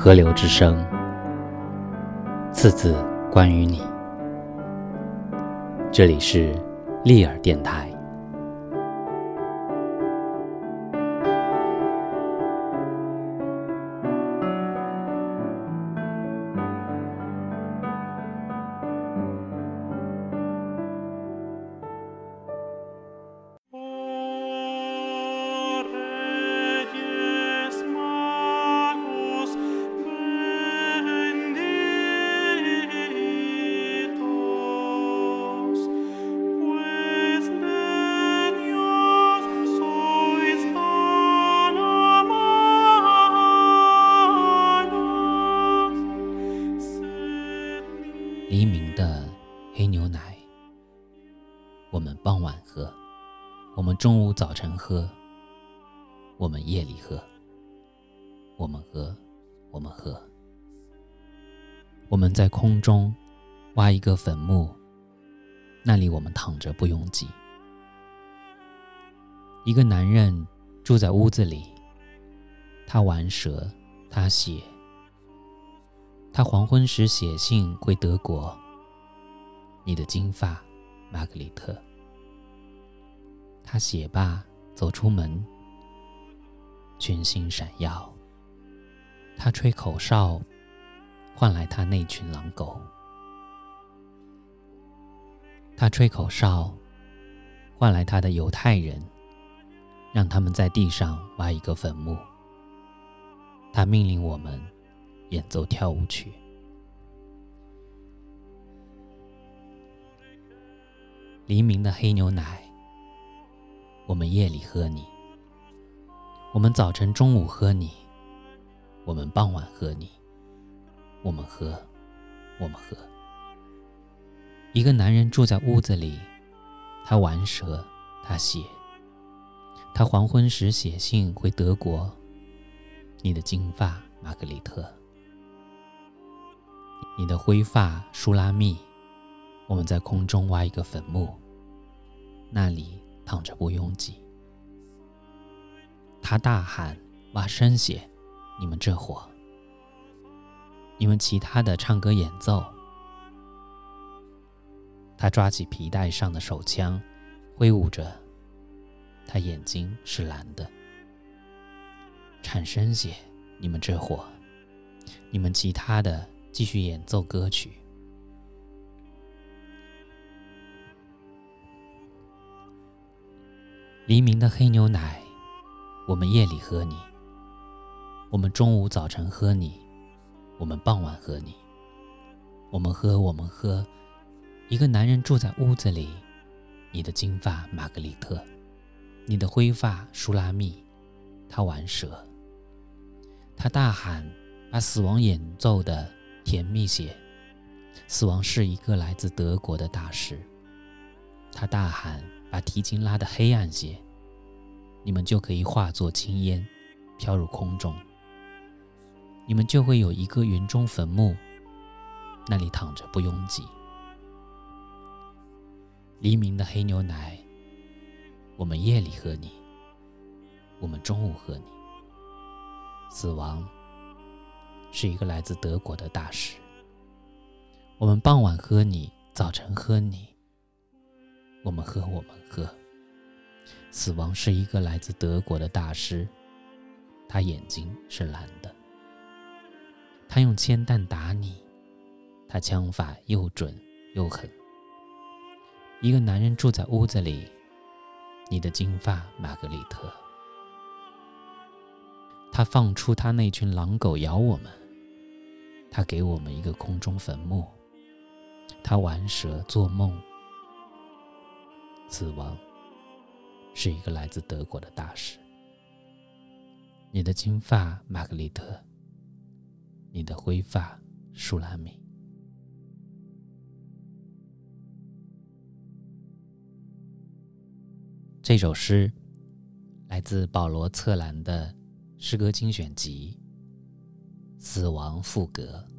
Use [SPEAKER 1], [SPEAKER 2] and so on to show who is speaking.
[SPEAKER 1] 河流之声，次字关于你。这里是利尔电台。黎明的黑牛奶，我们傍晚喝，我们中午早晨喝，我们夜里喝，我们喝，我们喝。我们在空中挖一个坟墓，那里我们躺着不拥挤。一个男人住在屋子里，他玩蛇，他写。他黄昏时写信回德国，你的金发，玛格丽特。他写罢走出门，群星闪耀。他吹口哨，换来他那群狼狗。他吹口哨，换来他的犹太人，让他们在地上挖一个坟墓。他命令我们演奏跳舞曲。黎明的黑牛奶，我们夜里喝你，我们早晨中午喝你，我们傍晚喝你，我们喝，我们喝。一个男人住在屋子里，他玩蛇，他写。他黄昏时写信回德国，你的金发，玛格丽特。你的灰发，舒拉密。我们在空中挖一个坟墓，那里躺着不拥挤。他大喊，挖声血，你们这伙，你们其他的唱歌演奏。他抓起皮带上的手枪，挥舞着，他眼睛是蓝的。产声血，你们这伙，你们其他的继续演奏歌曲。黎明的黑牛奶，我们夜里喝你，我们中午早晨喝你，我们傍晚喝你，我们喝，我们喝。一个男人住在屋子里，你的金发，玛格丽特，你的灰发，舒拉密。他玩蛇，他大喊，把死亡演奏的甜蜜血。死亡是一个来自德国的大师。他大喊，把提琴拉的黑暗些，你们就可以化作青烟，飘入空中。你们就会有一个云中坟墓，那里躺着不拥挤。黎明的黑牛奶，我们夜里喝你，我们中午喝你。死亡是一个来自德国的大师。我们傍晚喝你，早晨喝你，我们喝，我们喝。死亡是一个来自德国的大师，他眼睛是蓝的。他用铅弹打你，他枪法又准又狠。一个男人住在屋子里，你的金发，玛格丽特。他放出他那群狼狗咬我们，他给我们一个空中坟墓。他玩蛇做梦。死亡是一个来自德国的大师。你的金发，玛格丽特，你的灰发，舒拉密。这首诗来自保罗·策兰的诗歌精选集《死亡赋格》。